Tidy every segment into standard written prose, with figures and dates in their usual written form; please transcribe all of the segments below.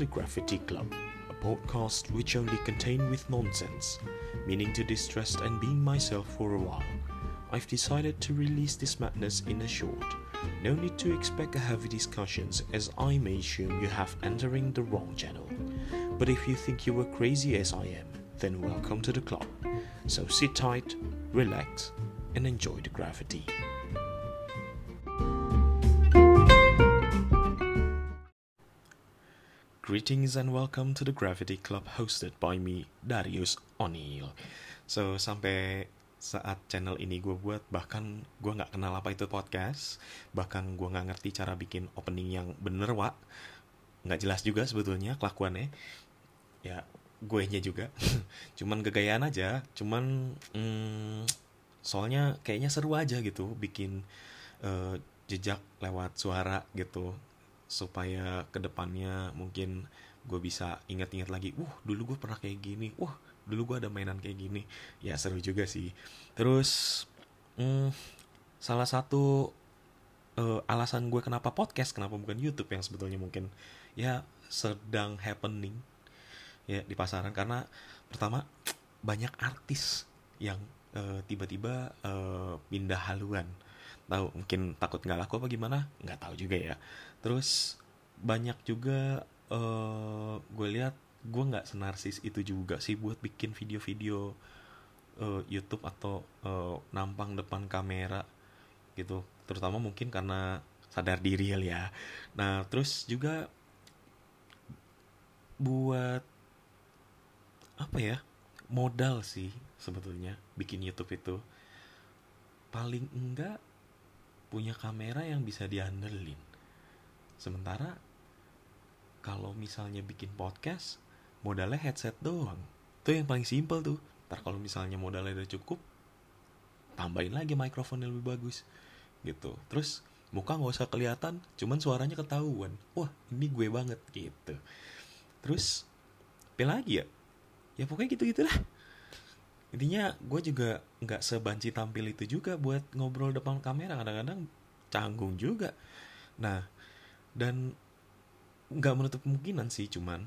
Graffiti Club, a podcast which only contain with nonsense, meaning to distress and being myself for a while. I've decided to release this madness in a short. No need to expect a heavy discussions, as I may assume you have entering the wrong channel. But if you think you were crazy as I am, then welcome to the club. So sit tight, relax, and enjoy the graffiti. Greetings and welcome to the Graffiti Club hosted by me, Darius O'Neil. So, sampai saat channel ini gue buat, bahkan gue gak kenal apa itu podcast. Bahkan gue gak ngerti cara bikin opening yang bener, Wak. Gak jelas juga sebetulnya kelakuannya. Ya, gue nya juga. Cuman kegayaan aja. Soalnya kayaknya seru aja gitu bikin jejak lewat suara gitu, supaya kedepannya mungkin gue bisa ingat-ingat lagi, dulu gue pernah kayak gini, dulu gue ada mainan kayak gini. Ya seru juga sih. Terus salah satu alasan gue kenapa podcast, kenapa bukan YouTube yang sebetulnya mungkin ya sedang happening ya di pasaran, karena pertama banyak artis yang tiba-tiba pindah haluan. Tahu, mungkin takut nggak laku apa gimana, nggak tahu juga ya. Terus banyak juga gue lihat, gue nggak senarsis itu juga sih buat bikin video-video YouTube atau nampang depan kamera gitu. Terutama mungkin karena sadar diri ya. Nah terus juga buat apa ya, modal sih sebetulnya bikin YouTube itu. Paling enggak punya kamera yang bisa diandelin. Sementara kalau misalnya bikin podcast, modalnya headset doang. Itu yang paling simpel tuh. Ntar kalau misalnya modalnya udah cukup, tambahin lagi mikrofon yang lebih bagus gitu. Terus muka gak usah kelihatan, cuman suaranya ketahuan. Wah, ini gue banget gitu. Terus apa lagi ya? Ya pokoknya gitu-gitulah. Intinya gue juga gak sebanci tampil itu juga buat ngobrol depan kamera. Kadang-kadang canggung juga. Nah, dan gak menutup kemungkinan sih, cuman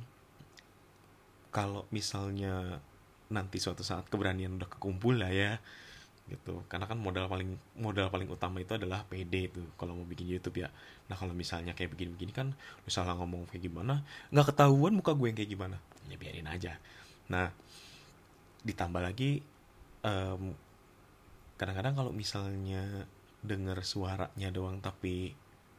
kalau misalnya nanti suatu saat keberanian udah kekumpul lah ya gitu. Karena kan modal paling utama itu adalah PD itu kalau mau bikin YouTube ya. Nah kalau misalnya kayak begini-begini kan, misalnya ngomong kayak gimana, gak ketahuan muka gue yang kayak gimana, ya biarin aja. Nah ditambah lagi kadang-kadang kalau misalnya denger suaranya doang tapi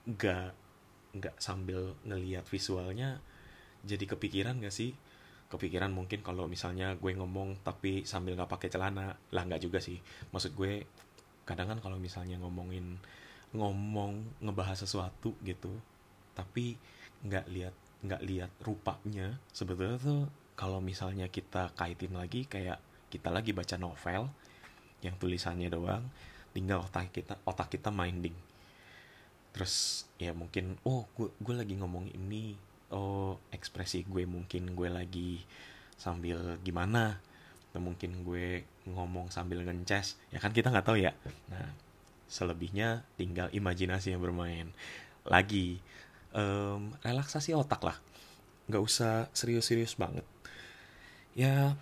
nggak sambil ngelihat visualnya, jadi kepikiran nggak sih? Kepikiran mungkin kalau misalnya gue ngomong tapi sambil nggak pakai celana lah. Nggak juga sih, maksud gue kadang kan kalau misalnya ngomong ngebahas sesuatu gitu tapi nggak lihat rupanya, sebetulnya tuh kalau misalnya kita kaitin lagi kayak kita lagi baca novel yang tulisannya doang, tinggal otak kita minding. Terus ya mungkin gue lagi ngomong ini, ekspresi gue mungkin gue lagi sambil gimana, atau mungkin gue ngomong sambil ngences, ya kan kita nggak tahu ya. Nah selebihnya tinggal imajinasi yang bermain lagi. Relaksasi otak lah, nggak usah serius-serius banget ya.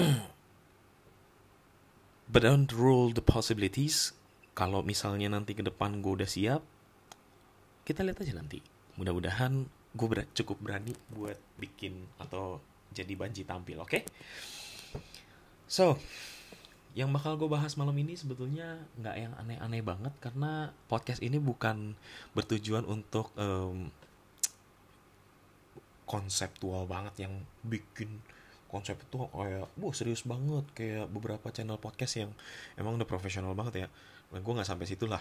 But don't rule the possibilities. Kalau misalnya nanti ke depan gue udah siap, kita lihat aja nanti. Mudah-mudahan gue cukup berani buat bikin atau jadi banji tampil, oke? So, yang bakal gue bahas malam ini sebetulnya nggak yang aneh-aneh banget, karena podcast ini bukan bertujuan untuk konseptual banget yang bikin konsep itu kayak serius banget kayak beberapa channel podcast yang emang udah profesional banget ya. Nah, gue nggak sampai situ lah.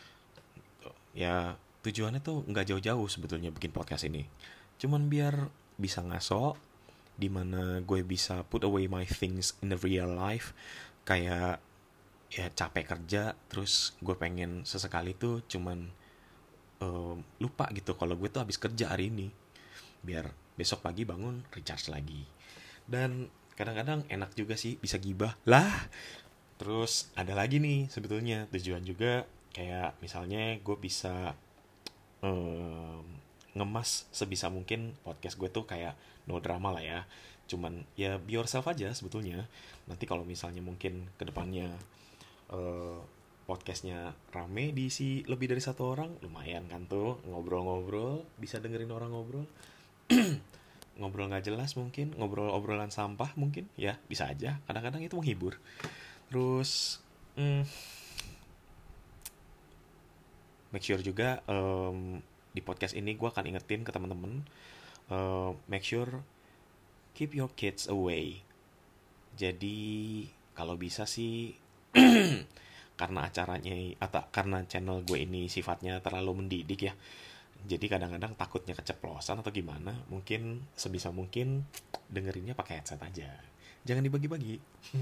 Ya tujuannya tuh nggak jauh-jauh sebetulnya bikin podcast ini. Cuman biar bisa ngaso, dimana gue bisa put away my things in the real life. Kayak ya capek kerja, terus gue pengen sesekali tuh cuman lupa gitu kalau gue tuh habis kerja hari ini, biar besok pagi bangun recharge lagi. Dan kadang-kadang enak juga sih bisa gibah lah. Terus ada lagi nih sebetulnya tujuan juga, kayak misalnya gue bisa ngemas sebisa mungkin podcast gue tuh kayak no drama lah ya. Cuman ya be yourself aja sebetulnya. Nanti kalau misalnya mungkin kedepannya eh, podcastnya rame diisi lebih dari satu orang, lumayan kan tuh ngobrol-ngobrol, bisa dengerin orang ngobrol. Ngobrol nggak jelas mungkin, ngobrol obrolan sampah mungkin, ya bisa aja. Kadang-kadang itu menghibur. Terus make sure juga di podcast ini gue akan ingetin ke teman-teman, make sure keep your kids away. Jadi kalau bisa sih karena acaranya atau karena channel gue ini sifatnya terlalu mendidik ya. Jadi kadang-kadang takutnya keceplosan atau gimana, mungkin sebisa mungkin dengerinnya pakai headset aja. Jangan dibagi-bagi.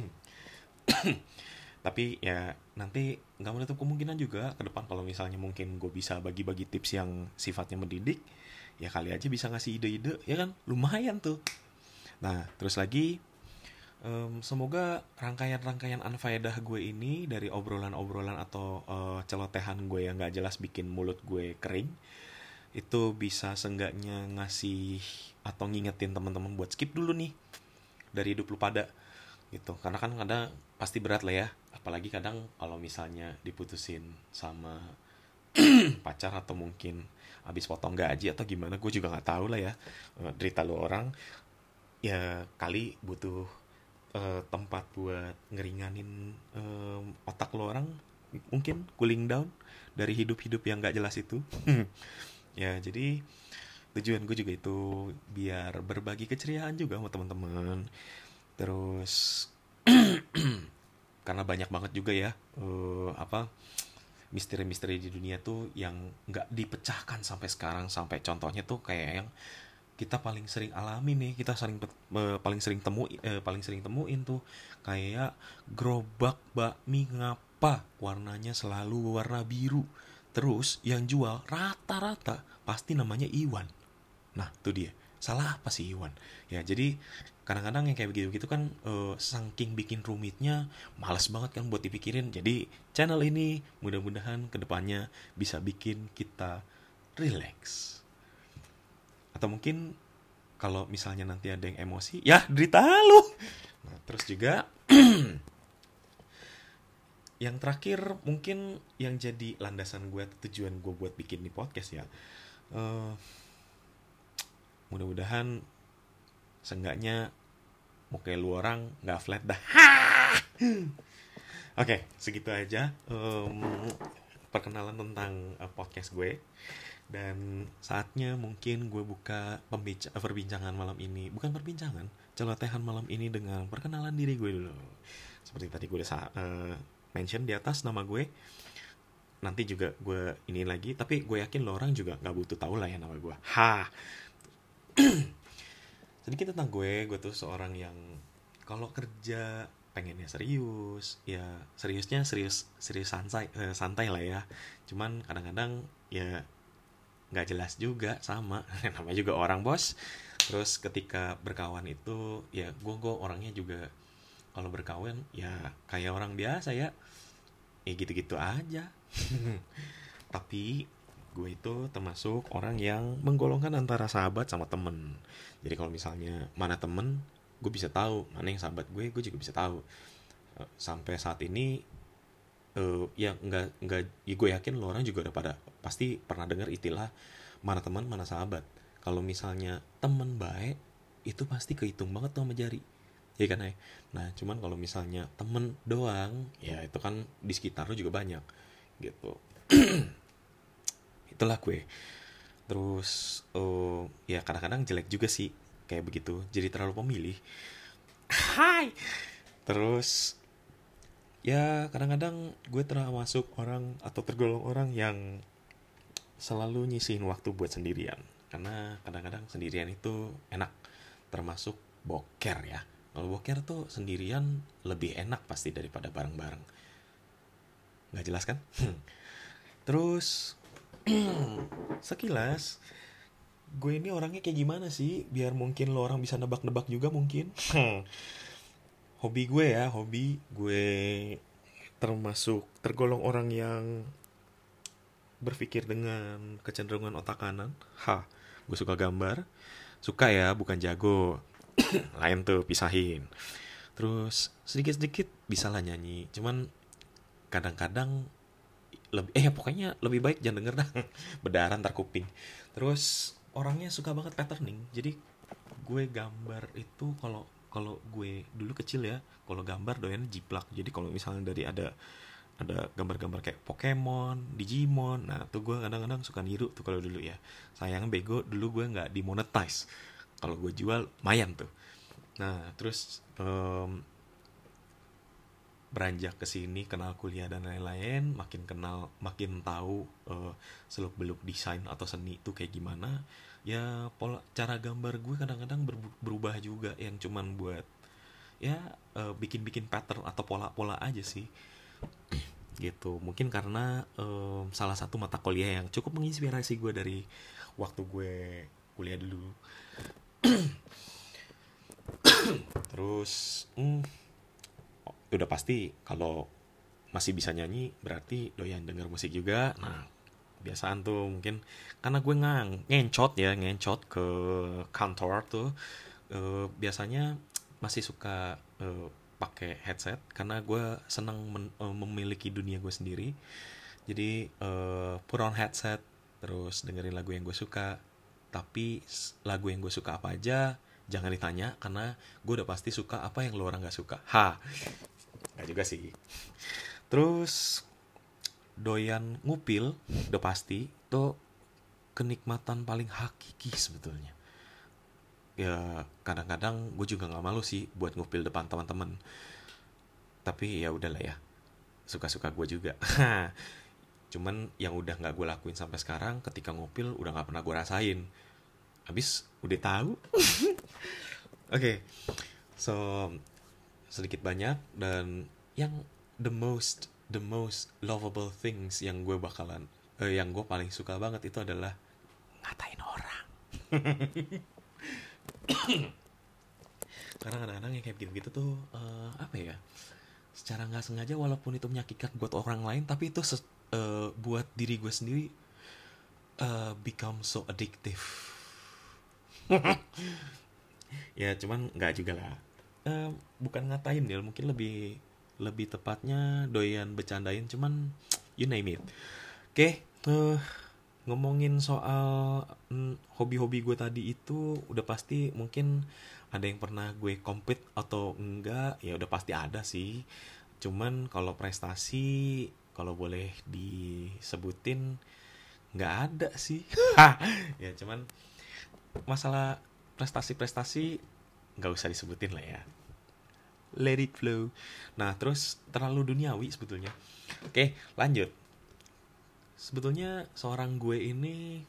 Tapi ya nanti nggak menutup kemungkinan juga ke depan kalau misalnya mungkin gue bisa bagi-bagi tips yang sifatnya mendidik, ya kali aja bisa ngasih ide-ide, ya kan? Lumayan tuh. Nah, terus lagi semoga rangkaian-rangkaian unfaedah gue ini dari obrolan-obrolan atau celotehan gue yang gak jelas bikin mulut gue kering, itu bisa seenggaknya ngasih atau ngingetin teman-teman buat skip dulu nih dari hidup lu pada gitu. Karena kan kadang pasti berat lah ya, apalagi kadang kalau misalnya diputusin sama pacar atau mungkin abis potong gaji atau gimana, gue juga nggak tahu lah ya. Derita lu orang, ya kali butuh tempat buat ngeringanin otak lo orang, mungkin cooling down dari hidup-hidup yang gak jelas itu. Ya jadi tujuan gue juga itu biar berbagi keceriaan juga sama teman-teman. Terus karena banyak banget juga ya misteri-misteri di dunia tuh yang nggak dipecahkan sampai sekarang. Sampai contohnya tuh kayak yang kita paling sering alami nih, kita paling sering temuin tuh kayak gerobak bakmi ngapa warnanya selalu warna biru, terus yang jual rata-rata pasti namanya Iwan. Nah tuh dia, salah apa sih Iwan ya. Jadi kadang-kadang yang kayak begitu-gitu kan saking bikin rumitnya males banget kan buat dipikirin. Jadi channel ini mudah-mudahan kedepannya bisa bikin kita relax. Atau mungkin kalau misalnya nanti ada yang emosi, ya derita lu. Nah, terus juga yang terakhir mungkin yang jadi landasan gue, tujuan gue buat bikin di podcast ya, mudah-mudahan seenggaknya muka lu orang nggak flat dah. Oke, segitu aja perkenalan tentang podcast gue. Dan saatnya mungkin gue buka perbincangan malam ini. Bukan perbincangan, celotehan malam ini dengan perkenalan diri gue dulu. Seperti tadi gue udah mention di atas nama gue. Nanti juga gue ini lagi, tapi gue yakin lo orang juga gak butuh tahu lah ya nama gue. Sedikit tentang gue tuh seorang yang kalau kerja pengennya serius, ya seriusnya serius santai lah ya. Cuman kadang-kadang ya nggak jelas juga sama namanya juga orang bos. Terus ketika berkawan itu ya gue orangnya juga kalau berkawan ya kayak orang biasa ya gitu-gitu aja. Tapi gue itu termasuk orang yang menggolongkan antara sahabat sama temen. Jadi kalau misalnya mana temen, gue bisa tahu mana yang sahabat gue juga bisa tahu. Sampai saat ini ya nggak ya gue yakin lo orang juga udah pada pasti pernah dengar istilah mana teman mana sahabat. Kalau misalnya temen baik itu pasti kehitung banget tuh sama jari, ya kan ya. Nah cuman kalau misalnya temen doang ya itu kan di sekitar lo juga banyak gitu. Itulah gue. Terus ya kadang-kadang jelek juga sih kayak begitu, jadi terlalu pemilih. Terus ya kadang-kadang gue termasuk orang atau tergolong orang yang selalu nyisihin waktu buat sendirian. Karena kadang-kadang sendirian itu enak, termasuk boker ya. Kalau boker tuh sendirian lebih enak pasti daripada bareng-bareng. Gak jelas kan? Terus sekilas gue ini orangnya kayak gimana sih, biar mungkin lo orang bisa nebak-nebak juga mungkin. Hobi gue termasuk tergolong orang yang berpikir dengan kecenderungan otak kanan. gue suka gambar. Suka ya, bukan jago. Lain tuh, pisahin. Terus sedikit-sedikit bisa lah nyanyi. Cuman kadang-kadang lebih pokoknya lebih baik jangan denger dah. Berdarah ntar kuping. Terus orangnya suka banget patterning. Jadi gue gambar itu kalau kalau gue dulu kecil ya, kalau gambar doyan jiplak. Jadi kalau misalnya dari ada gambar-gambar kayak Pokemon, Digimon, nah tuh gue kadang-kadang suka niru tuh kalau dulu ya. Sayang bego dulu gue nggak dimonetize. Kalau gue jual lumayan tuh. Nah terus beranjak ke sini kenal kuliah dan lain-lain, makin kenal, makin tahu seluk beluk desain atau seni itu kayak gimana. Ya pola cara gambar gue kadang-kadang berubah juga, yang cuman buat ya bikin-bikin pattern atau pola-pola aja sih gitu. Mungkin karena salah satu mata kuliah yang cukup menginspirasi gue dari waktu gue kuliah dulu. Terus udah pasti kalau masih bisa nyanyi berarti doyan denger musik juga. Nah biasaan tuh mungkin karena gue ngencot ke kantor tuh, biasanya masih suka pakai headset karena gue senang memiliki dunia gue sendiri. Jadi put on headset terus dengerin lagu yang gue suka. Tapi lagu yang gue suka apa aja jangan ditanya karena gue udah pasti suka apa yang lo orang gak suka. Nggak juga sih. Terus doyan ngupil udah pasti tuh kenikmatan paling hakiki sebetulnya. Ya kadang-kadang gue juga nggak malu sih buat ngupil depan teman-teman. Tapi ya udahlah ya, suka-suka gue juga. Cuman yang udah nggak gue lakuin sampai sekarang, ketika ngupil udah nggak pernah gue rasain. Habis udah tahu. Oke, so sedikit banyak dan yang the most lovable things yang gue bakalan yang gue paling suka banget itu adalah ngatain orang. Karena kadang-kadang yang kayak gitu-gitu tuh apa ya, secara nggak sengaja walaupun itu menyakitkan buat orang lain tapi itu buat diri gue sendiri become so addictive. Ya cuman nggak juga lah. Bukan ngatain ya, mungkin lebih lebih tepatnya doyan bercandain, cuman you name it. Oke, ngomongin soal hobi-hobi gue tadi itu udah pasti mungkin ada yang pernah gue compete atau enggak, ya udah pasti ada sih. Cuman kalau prestasi kalau boleh disebutin nggak ada sih. Ya cuman masalah prestasi-prestasi nggak usah disebutin lah ya, let it flow. Nah terus terlalu duniawi sebetulnya. Oke lanjut. Sebetulnya seorang gue ini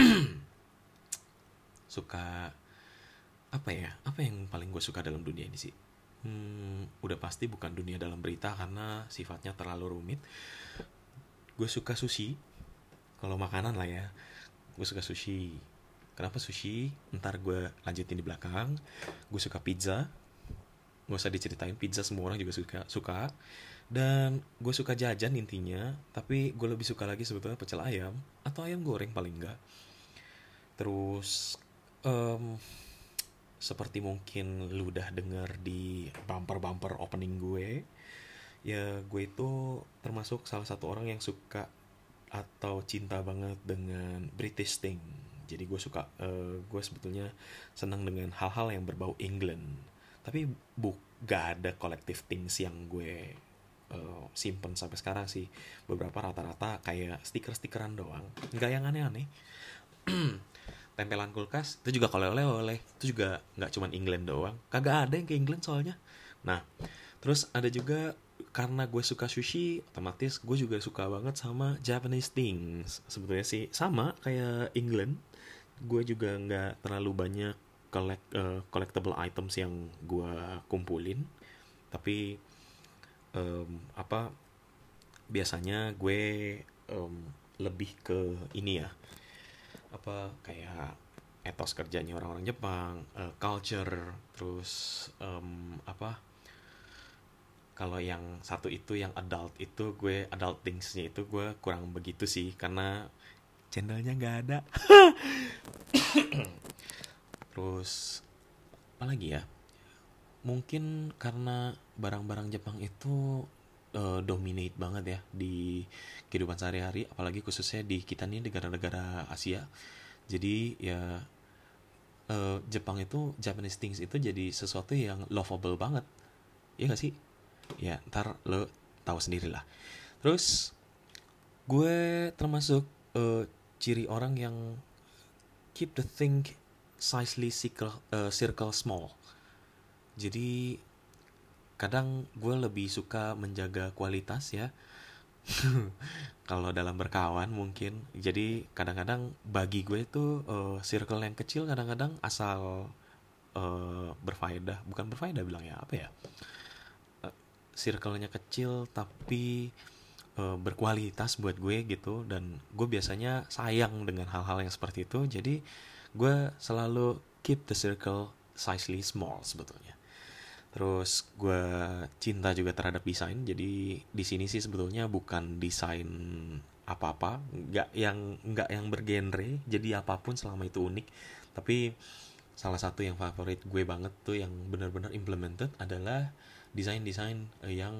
suka apa yang paling gue suka dalam dunia ini sih. Udah pasti bukan dunia dalam berita karena sifatnya terlalu rumit. Gue suka sushi. Kalau makanan lah ya, gue suka sushi. Kenapa sushi? Ntar gue lanjutin di belakang. Gue suka pizza. Gak usah diceritain, pizza semua orang juga suka. Dan gue suka jajan intinya. Tapi gue lebih suka lagi sebetulnya pecel ayam atau ayam goreng paling enggak. Terus seperti mungkin lu udah denger di bumper opening gue, ya gue itu termasuk salah satu orang yang suka atau cinta banget dengan British thing. Jadi gue suka, gue sebetulnya senang dengan hal-hal yang berbau England. Tapi gak ada collective things yang gue simpen sampai sekarang sih. Beberapa rata-rata kayak stiker-stikeran doang, nggak yang aneh-aneh. Tempelan kulkas itu juga kalau oleh-oleh itu juga nggak cuman England doang, kagak ada yang ke England soalnya. Nah terus ada juga karena gue suka sushi, otomatis gue juga suka banget sama Japanese things. Sebetulnya sih sama kayak England, gue juga nggak terlalu banyak collectible items yang gue kumpulin. Tapi biasanya gue lebih ke ini ya, kayak etos kerjanya orang-orang Jepang, culture, terus kalau yang satu itu yang adult itu gue adult thingsnya itu gue kurang begitu sih, karena Cendolnya nggak ada. Terus apa lagi ya? Mungkin karena barang-barang Jepang itu dominate banget ya di kehidupan sehari-hari, apalagi khususnya di kita nih negara-negara Asia. Jadi ya Jepang itu Japanese things itu jadi sesuatu yang lovable banget. Iya gak sih? Ya, ntar lo tahu sendiri lah. Terus gue termasuk ciri orang yang keep the thing sizely circle small. Jadi kadang gue lebih suka menjaga kualitas ya. Kalau dalam berkawan mungkin. Jadi kadang-kadang bagi gue itu circle yang kecil kadang-kadang asal berfaedah, bukan berfaedah bilangnya apa ya? Circle-nya kecil tapi berkualitas buat gue gitu, dan gue biasanya sayang dengan hal-hal yang seperti itu. Jadi gue selalu keep the circle sizely small sebetulnya. Terus gue cinta juga terhadap desain. Jadi di sini sih sebetulnya bukan desain apa-apa, nggak yang bergenre. Jadi apapun selama itu unik. Tapi salah satu yang favorit gue banget tuh yang benar-benar implemented adalah desain-desain yang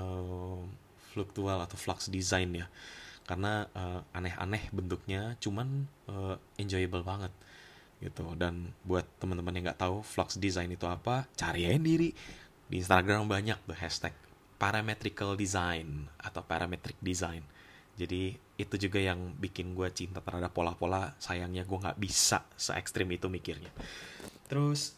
fluktual atau flux design ya. Karena aneh-aneh bentuknya, cuman enjoyable banget gitu. Dan buat teman-teman yang nggak tahu flux design itu apa, cari aja sendiri di Instagram, banyak tuh hashtag parametrical design atau parametric design. Jadi itu juga yang bikin gue cinta terhadap pola-pola. Sayangnya gue nggak bisa se ekstrim itu mikirnya. Terus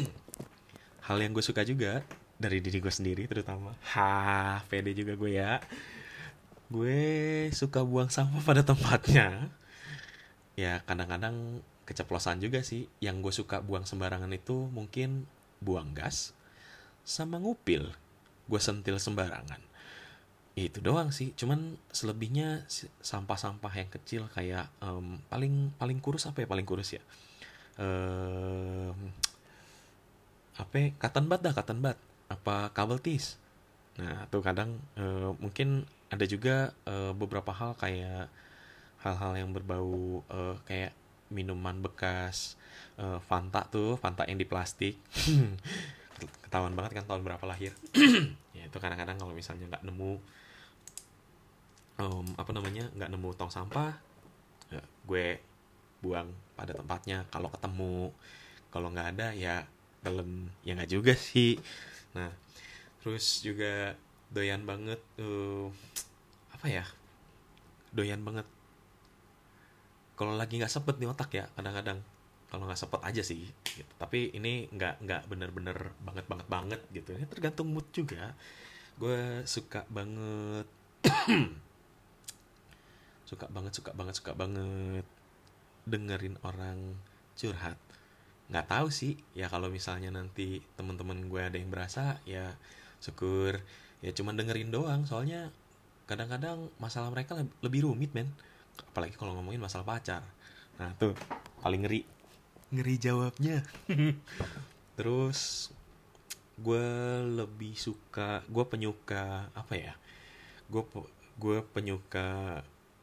hal yang gue suka juga dari diri gue sendiri terutama, pede juga gue ya, gue suka buang sampah pada tempatnya. Ya kadang-kadang keceplosan juga sih. Yang gue suka buang sembarangan itu mungkin buang gas sama ngupil. Gue sentil sembarangan. Itu doang sih. Cuman selebihnya sampah-sampah yang kecil kayak paling kurus apa ya, paling kurus ya? Apa? Cotton bud dah, cotton bud. Apa kabel tis. Nah, tuh kadang mungkin ada juga beberapa hal kayak hal-hal yang berbau kayak minuman bekas, Fanta tuh, Fanta yang di plastik. Ketahuan banget kan tahun berapa lahir. Ya itu kadang-kadang kalau misalnya nggak nemu nggak nemu tong sampah, ya, gue buang pada tempatnya kalau ketemu. Kalau nggak ada ya telan, ya nggak juga sih. Nah, terus juga doyan banget apa ya, doyan banget kalau lagi nggak sempet di otak ya kadang-kadang. Kalau nggak sempet aja sih gitu. Tapi ini nggak bener-bener banget gitu ya, tergantung mood juga. Gue suka banget suka banget dengerin orang curhat. Nggak tahu sih ya, kalau misalnya nanti teman-teman gue ada yang berasa ya syukur. Ya cuman dengerin doang, soalnya kadang-kadang masalah mereka lebih rumit men, apalagi kalau ngomongin masalah pacar. Nah tuh paling ngeri jawabnya. Terus gue gue penyuka apa ya, gue penyuka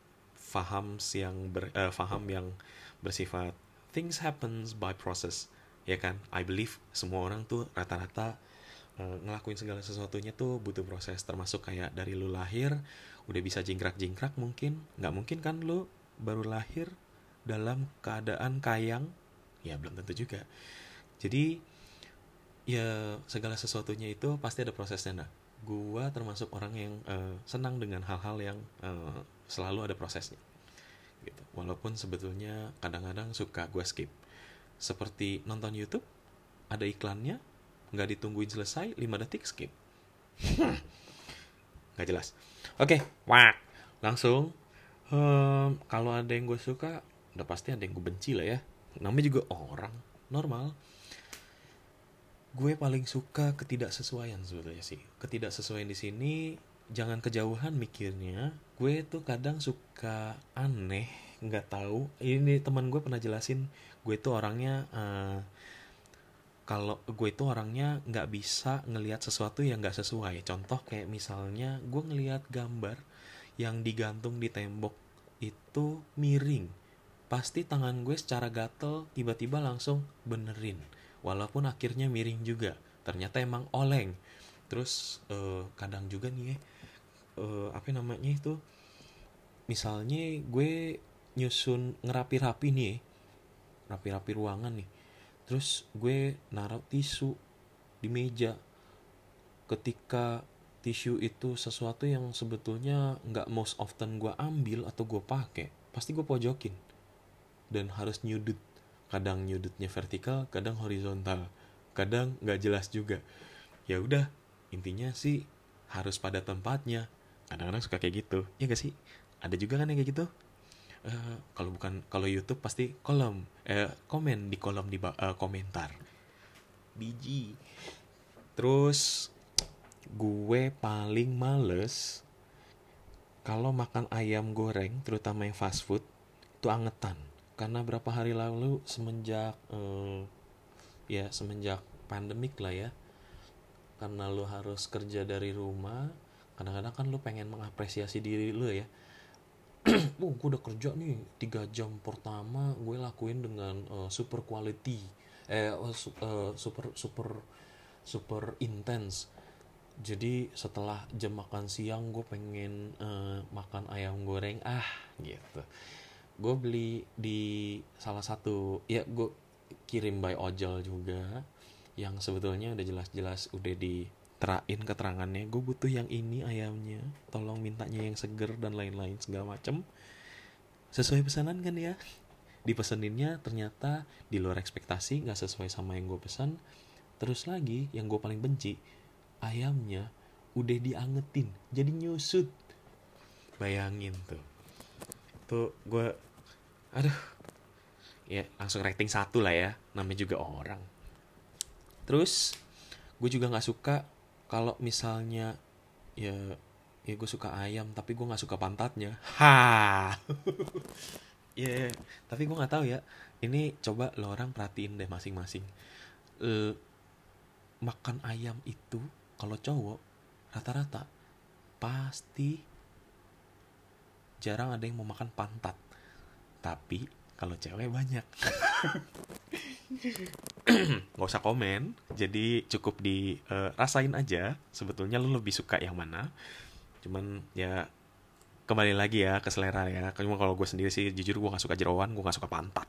faham yang bersifat things happens by process, ya kan? I believe semua orang tuh rata-rata ngelakuin segala sesuatunya tuh butuh proses, termasuk kayak dari lu lahir udah bisa jingkrak-jingkrak, mungkin nggak mungkin kan lu baru lahir dalam keadaan kayang, ya belum tentu juga. Jadi ya segala sesuatunya itu pasti ada prosesnya. Nah, gua termasuk orang yang senang dengan hal-hal yang selalu ada prosesnya gitu. Walaupun sebetulnya kadang-kadang suka gue skip. Seperti nonton YouTube, ada iklannya, nggak ditungguin selesai 5 detik skip. Nggak jelas. Oke, langsung. Kalau ada yang gue suka, udah pasti ada yang gue benci lah ya. Namanya juga orang normal. Gue paling suka ketidaksesuaian sebetulnya sih. Ketidaksesuaian di sini jangan kejauhan mikirnya. Gue tuh kadang suka aneh, nggak tahu. Ini teman gue pernah jelasin, gue tuh orangnya kalau gue itu orangnya nggak bisa ngelihat sesuatu yang nggak sesuai. Contoh kayak misalnya gue ngelihat gambar yang digantung di tembok itu miring, pasti tangan gue secara gatel tiba-tiba langsung benerin, walaupun akhirnya miring juga, ternyata emang oleng. Terus kadang juga nih apa namanya itu, misalnya gue nyusun ngerapi-rapi nih, rapi-rapi ruangan nih, terus gue naruh tisu di meja. Ketika tisu itu sesuatu yang sebetulnya nggak most often gue ambil atau gue pakai, pasti gue pojokin dan harus nyudut. Kadang nyudutnya vertikal, kadang horizontal, kadang nggak jelas juga. Ya udah, intinya sih harus pada tempatnya. Kadang-kadang suka kayak gitu, ya gak sih? Ada juga kan yang kayak gitu. Kalau bukan, kalau YouTube pasti komen di kolom komentar. Biji. Terus gue paling males kalau makan ayam goreng, terutama yang fast food, itu angetan. Karena berapa hari lalu semenjak pandemik lah ya, karena lo harus kerja dari rumah, kadang-kadang kan lo pengen mengapresiasi diri lo ya. Gue udah kerja nih 3 jam pertama gue lakuin dengan super quality, super super super intense. Jadi setelah jam makan siang gue pengen makan ayam goreng gitu. Gue beli di salah satu, ya gue kirim by ojol juga, yang sebetulnya udah jelas-jelas udah diterain keterangannya, gue butuh yang ini ayamnya, tolong mintanya yang seger dan lain-lain segala macem. Sesuai pesanan kan ya, dipeseninnya ternyata di luar ekspektasi, nggak sesuai sama yang gue pesan. Terus lagi yang gue paling benci, ayamnya udah diangetin jadi nyusut. Bayangin tuh gue, aduh, ya langsung rating 1 lah ya, namanya juga orang. Terus gue juga nggak suka kalau misalnya, ya gue suka ayam tapi gue nggak suka pantatnya. Ya, tapi gue nggak tahu ya, ini coba lo orang perhatiin deh masing-masing. Makan ayam itu kalau cowok rata-rata pasti jarang ada yang mau makan pantat. Tapi kalau cewek banyak. Nggak usah komen, jadi cukup rasain aja sebetulnya lu lebih suka yang mana. Cuman ya kembali lagi ya ke selera ya. Cuma kalau gue sendiri sih jujur gue nggak suka jeroan, gue nggak suka pantat.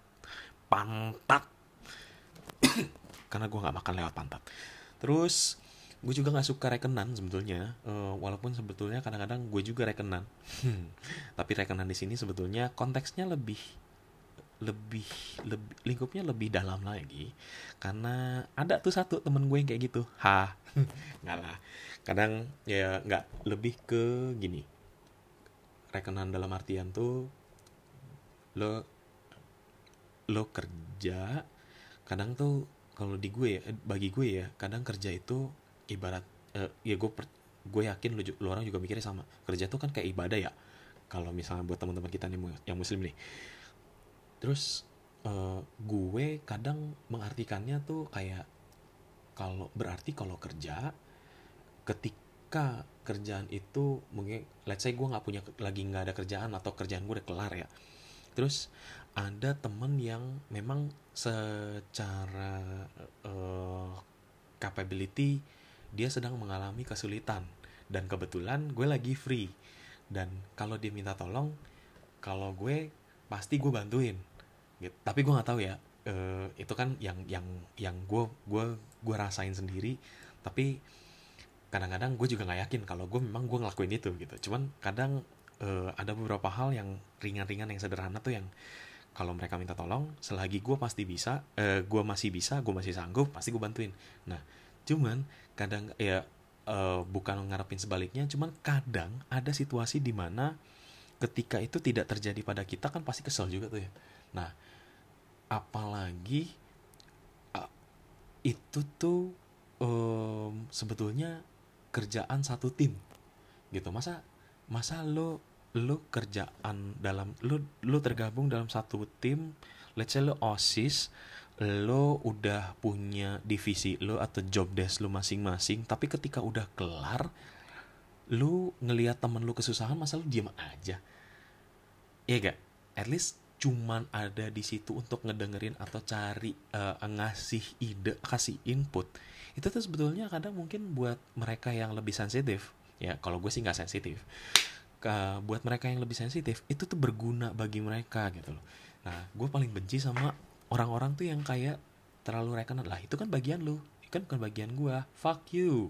Karena gue nggak makan lewat pantat. Terus gue juga nggak suka rekenan sebetulnya, walaupun sebetulnya kadang-kadang gue juga rekenan. Tapi rekenan di sini sebetulnya konteksnya lebih lebih lebih lingkupnya lebih dalam lagi, karena ada tuh satu temen gue yang kayak gitu. Nggak lah, kadang ya nggak, lebih ke gini, rekenan dalam artian tuh lo lo kerja, kadang tuh kalau di gue ya, bagi gue ya, kadang kerja itu ibarat ya gue yakin lo orang juga mikirnya sama, kerja tuh kan kayak ibadah ya, kalau misalnya buat teman-teman kita nih yang muslim nih. Terus gue kadang mengartikannya tuh kayak, kalau berarti kalau kerja, ketika kerjaan itu mungkin let's say gue nggak ada kerjaan atau kerjaan gue udah kelar ya, terus ada temen yang memang secara capability dia sedang mengalami kesulitan, dan kebetulan gue lagi free, dan kalau dia minta tolong, kalau gue pasti gue bantuin gitu. Tapi gue nggak tahu ya, itu kan yang gue rasain sendiri. Tapi kadang-kadang gue juga nggak yakin kalau gue ngelakuin itu gitu. Cuman kadang ada beberapa hal yang ringan-ringan yang sederhana tuh, yang kalau mereka minta tolong, selagi gue pasti bisa, gue masih sanggup, pasti gue bantuin. Nah, cuman kadang ya bukan ngarepin sebaliknya, cuman kadang ada situasi di mana ketika itu tidak terjadi pada kita kan pasti kesel juga tuh ya. Nah, apalagi itu tuh sebetulnya kerjaan satu tim gitu. Masa lo kerjaan dalam lo tergabung dalam satu tim, let's say lo OSIS, lo udah punya divisi lo atau job desk lo masing-masing, tapi ketika udah kelar, lo ngelihat temen lo kesusahan, masa lo diam aja? Iya gak? At least cuman ada di situ untuk ngedengerin atau cari ngasih ide, kasih input, itu tuh sebetulnya kadang mungkin buat mereka yang lebih sensitif, ya kalau gue sih nggak sensitif, buat mereka yang lebih sensitif itu tuh berguna bagi mereka gitu loh. Nah, gue paling benci sama orang-orang tuh yang kayak terlalu reken, lah itu kan bagian lu, kan bukan bagian gue, fuck you.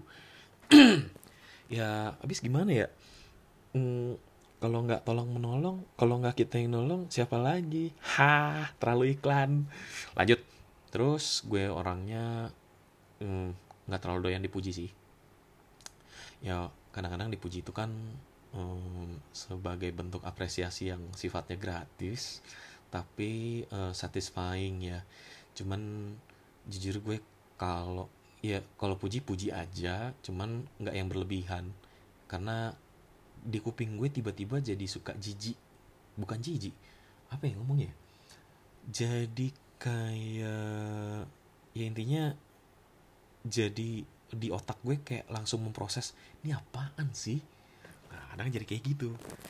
Ya abis gimana ya. Hmm, kalau nggak tolong menolong, kalau nggak kita yang nolong, siapa lagi? Terlalu iklan. Lanjut. Terus gue orangnya nggak terlalu doyan dipuji sih. Ya kadang-kadang dipuji itu kan sebagai bentuk apresiasi yang sifatnya gratis, tapi satisfying ya. Cuman jujur gue kalau kalau puji-puji aja, cuman nggak yang berlebihan. Karena di kuping gue tiba-tiba jadi suka jijik, bukan jijik, apa ya ngomongnya, jadi kayak, ya intinya jadi di otak gue kayak langsung memproses, ini apaan sih. Nah, kadang jadi kayak gitu.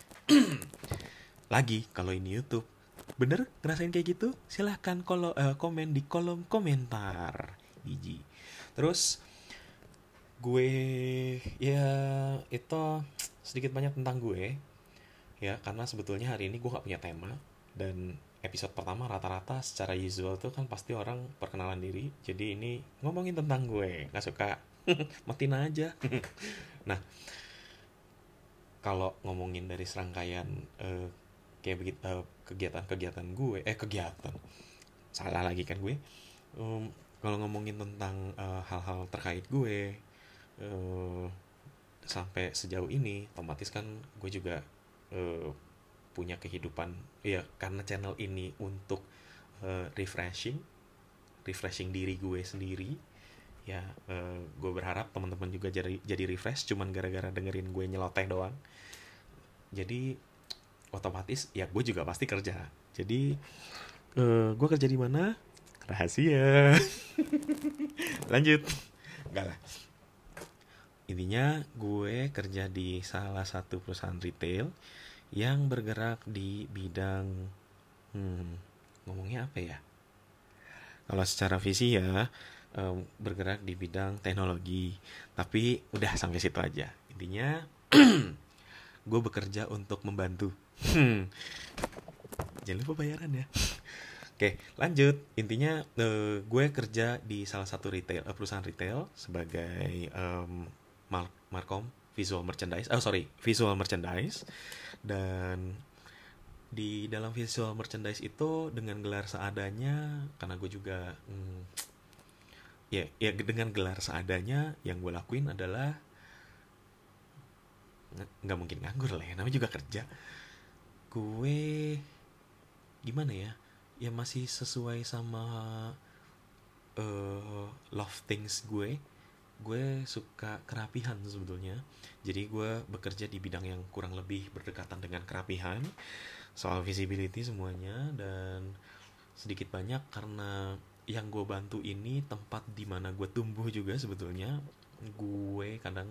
Lagi kalau ini YouTube, bener ngerasain kayak gitu, silahkan kalau komen di kolom komentar biji. Terus gue, ya itu sedikit banyak tentang gue ya, karena sebetulnya hari ini gue nggak punya tema, dan episode pertama rata-rata secara usual tuh kan pasti orang perkenalan diri, jadi ini ngomongin tentang gue, nggak suka matiin aja. Nah, kalau ngomongin dari serangkaian kayak begitu, kegiatan-kegiatan gue, kegiatan salah lagi kan gue. Kalau ngomongin tentang hal-hal terkait gue sampai sejauh ini, otomatis kan gue juga punya kehidupan ya, karena channel ini untuk refreshing diri gue sendiri ya. Gue berharap teman-teman juga jadi refresh cuman gara-gara dengerin gue nyeloteh doang. Jadi otomatis ya gue juga pasti kerja. Jadi gue kerja di mana? Rahasia. Lanjut. Enggak lah. Intinya gue kerja di salah satu perusahaan retail yang bergerak di bidang ngomongnya apa ya? Kalau secara visi ya bergerak di bidang teknologi. Tapi udah sampai situ aja. Intinya gue bekerja untuk membantu. Jangan lupa bayaran ya. Oke, lanjut. Intinya gue kerja di salah satu perusahaan retail sebagai markom visual merchandise. Dan di dalam visual merchandise itu dengan gelar seadanya, karena gue juga ya dengan gelar seadanya, yang gue lakuin adalah nggak mungkin nganggur lah ya, namanya juga kerja. Gue gimana ya, ya masih sesuai sama love things gue suka kerapihan sebetulnya. Jadi gue bekerja di bidang yang kurang lebih berdekatan dengan kerapihan, soal visibility semuanya. Dan sedikit banyak karena yang gue bantu ini tempat dimana gue tumbuh juga sebetulnya, gue kadang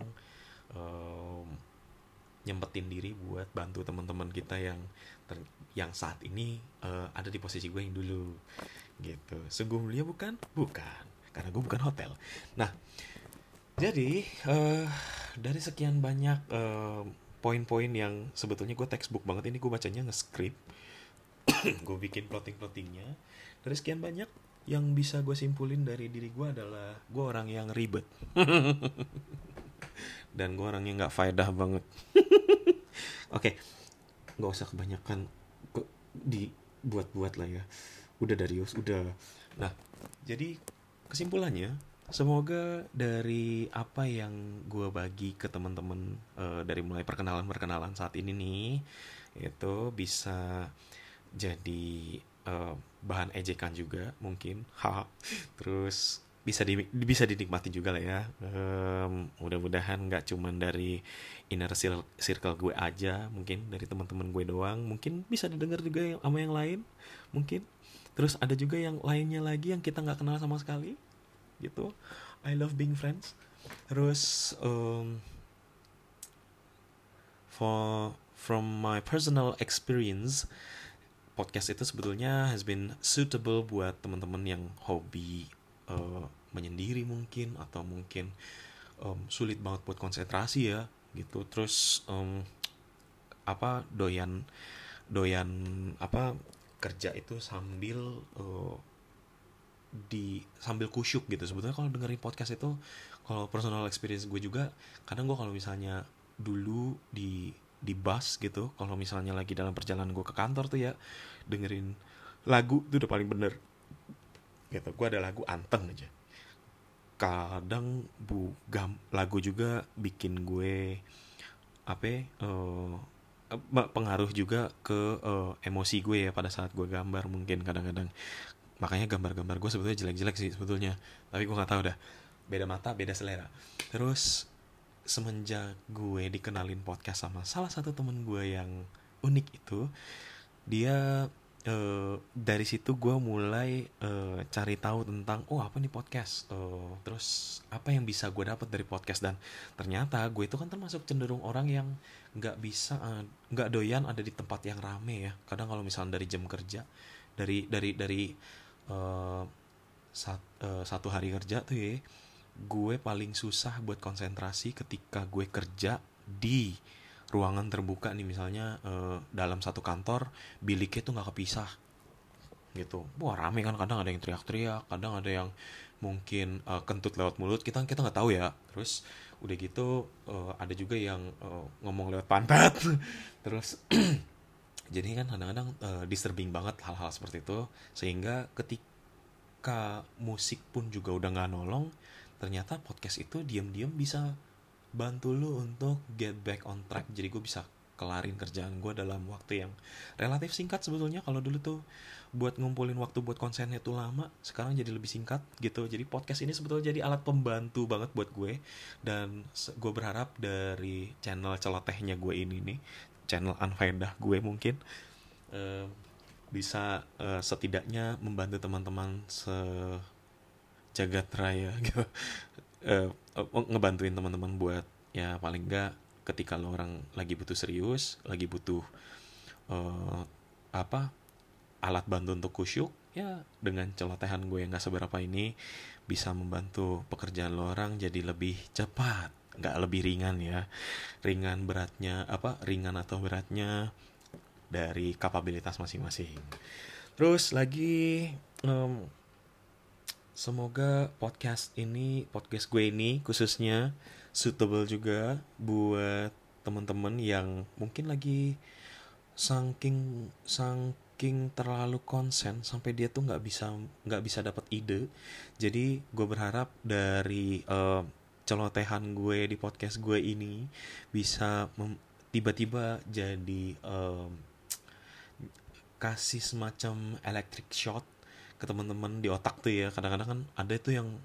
nyempetin diri buat bantu teman-teman kita yang saat ini ada di posisi gue yang dulu gitu. Sungguh mulia bukan? Bukan, karena gue bukan hotel. Nah, jadi dari sekian banyak poin-poin yang sebetulnya gue textbook banget, ini gue bacanya nge-script. Gue bikin plotting-plottingnya. Dari sekian banyak, yang bisa gue simpulin dari diri gue adalah gue orang yang ribet. Dan gue orang yang gak faedah banget. Oke, gak usah kebanyakan dibuat-buat lah ya. Udah Darius, udah. Nah, jadi kesimpulannya, semoga dari apa yang gue bagi ke teman-teman dari mulai perkenalan saat ini nih, itu bisa jadi bahan ejekan juga mungkin. Terus bisa dinikmati juga lah ya. Mudah-mudahan nggak cuman dari inner circle gue aja, mungkin dari teman-teman gue doang, mungkin bisa didengar juga sama yang lain mungkin. Terus ada juga yang lainnya lagi yang kita nggak kenal sama sekali gitu. I love being friends. Terus from my personal experience, podcast itu sebetulnya has been suitable buat teman-teman yang hobi menyendiri mungkin, atau mungkin sulit banget buat konsentrasi ya gitu. Terus doyan doyan kerja itu sambil sambil kusyuk gitu. Sebetulnya kalau dengerin podcast itu, kalau personal experience gue juga, kadang gue kalau misalnya dulu di bus gitu, kalau misalnya lagi dalam perjalanan gue ke kantor tuh ya, dengerin lagu itu udah paling bener gitu. Gue ada lagu anteng aja. Kadang lagu juga bikin gue pengaruh juga ke emosi gue ya pada saat gue gambar mungkin kadang-kadang. Makanya gambar-gambar gue sebetulnya jelek-jelek sih sebetulnya, tapi gue nggak tahu dah, beda mata beda selera. Terus semenjak gue dikenalin podcast sama salah satu temen gue yang unik itu, dia dari situ gue mulai cari tahu tentang apa nih podcast, terus apa yang bisa gue dapat dari podcast. Dan ternyata gue itu kan termasuk cenderung orang yang nggak doyan ada di tempat yang rame ya. Kadang kalau misalnya dari jam kerja, dari satu hari kerja tuh ya, gue paling susah buat konsentrasi ketika gue kerja di ruangan terbuka nih. Misalnya dalam satu kantor, biliknya tuh nggak kepisah gitu. Wah rame kan, kadang ada yang teriak-teriak, kadang ada yang mungkin kentut lewat mulut, kita nggak tahu ya. Terus udah gitu ada juga yang ngomong lewat pantat. Terus jadi kan kadang-kadang disturbing banget hal-hal seperti itu, sehingga ketika musik pun juga udah nggak nolong, ternyata podcast itu diam-diam bisa bantu lu untuk get back on track. Jadi gue bisa kelarin kerjaan gue dalam waktu yang relatif singkat. Sebetulnya kalau dulu tuh buat ngumpulin waktu buat konsennya tuh lama, sekarang jadi lebih singkat gitu. Jadi podcast ini sebetulnya jadi alat pembantu banget buat gue. Dan gue berharap dari channel celotehnya gue ini nih, channel Anfaedah gue mungkin bisa setidaknya membantu teman-teman sejagat raya gitu. Ngebantuin teman-teman buat ya paling enggak ketika lo orang lagi butuh serius, lagi butuh alat bantu untuk kusyuk, ya dengan celotehan gue yang nggak seberapa ini bisa membantu pekerjaan lo orang jadi lebih cepat, nggak lebih ringan ya. Ringan atau beratnya dari kapabilitas masing-masing. Terus lagi semoga podcast gue ini khususnya suitable juga buat teman-teman yang mungkin lagi saking terlalu konsen sampai dia tuh nggak bisa dapat ide. Jadi gue berharap dari celotehan gue di podcast gue ini bisa tiba-tiba jadi kasih semacam electric shock ke teman-teman di otak tuh ya. Kadang-kadang kan ada tuh yang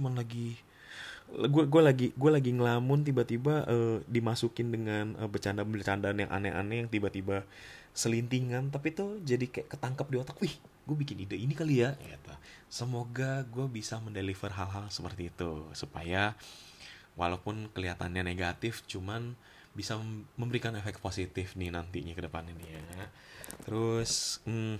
gue lagi ngelamun, tiba-tiba dimasukin dengan bercanda-bercandaan yang aneh-aneh yang tiba-tiba selintingan, tapi tuh jadi kayak ketangkep di otak. Wih, gue bikin ide ini kali ya gitu. Semoga gue bisa mendeliver hal-hal seperti itu, supaya walaupun kelihatannya negatif, cuman bisa memberikan efek positif nih nantinya ke depan ini ya. Terus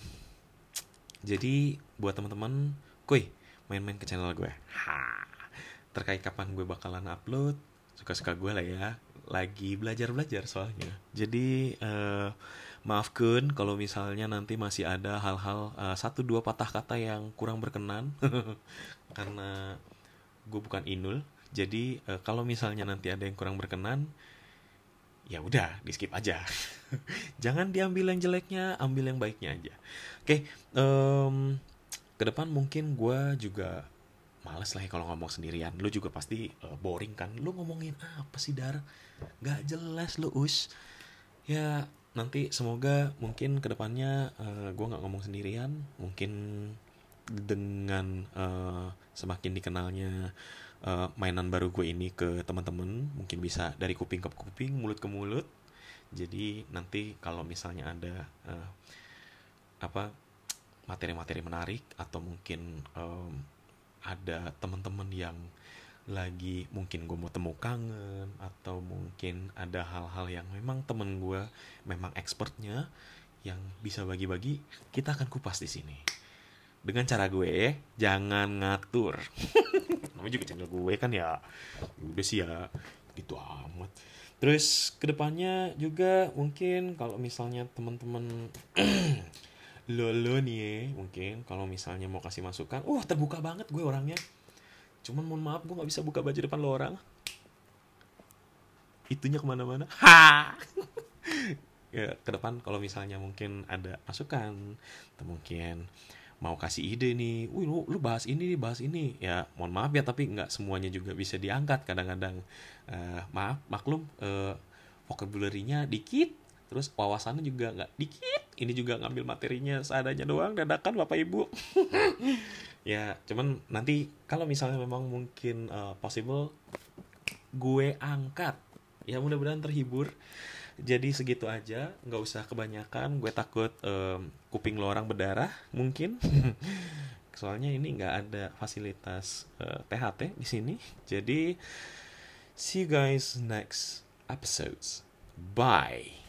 jadi buat teman-teman, kuy, main-main ke channel gue. Terkait kapan gue bakalan upload, suka-suka gue lah ya. Lagi belajar soalnya. Jadi maafkan kalau misalnya nanti masih ada hal-hal 1-2 patah kata yang kurang berkenan karena gue bukan Inul. Jadi kalau misalnya nanti ada yang kurang berkenan, ya udah di skip aja. Jangan diambil yang jeleknya, ambil yang baiknya aja. Oke, ke depan mungkin gue juga males lah ya kalau ngomong sendirian. Lu juga pasti boring kan. Lu ngomongin apa sih, Dar? Gak jelas lu, Us. Ya nanti semoga mungkin kedepannya gue gak ngomong sendirian. Mungkin dengan semakin dikenalnya mainan baru gue ini ke teman-teman, mungkin bisa dari kuping ke kuping, mulut ke mulut. Jadi nanti kalau misalnya ada materi-materi menarik, atau mungkin ada teman-teman yang lagi mungkin gue mau temu kangen, atau mungkin ada hal-hal yang memang temen gue memang expertnya, yang bisa bagi-bagi, kita akan kupas di sini. Dengan cara gue, jangan ngatur. Namanya juga channel gue kan ya. Udah sih ya, gitu amat. Terus kedepannya juga mungkin kalau misalnya teman-teman lo nih ya, mungkin kalau misalnya mau kasih masukan, terbuka banget gue orangnya. Cuman mohon maaf, gue nggak bisa buka baju depan lo orang. Itunya kemana-mana. Ha! Ya, ke depan kalau misalnya mungkin ada masukan atau mungkin mau kasih ide nih, lu bahas ini nih, bahas ini, ya mohon maaf ya, tapi nggak semuanya juga bisa diangkat kadang-kadang. Maklum, vocabulary-nya dikit, terus wawasannya juga nggak dikit, ini juga ngambil materinya seadanya doang, dadakan bapak ibu. Ya cuman nanti kalau misalnya memang mungkin possible, gue angkat, ya mudah-mudahan terhibur. Jadi segitu aja, nggak usah kebanyakan. Gue takut kuping lo orang berdarah mungkin. Soalnya ini nggak ada fasilitas THT di sini. Jadi see you guys next episodes. Bye.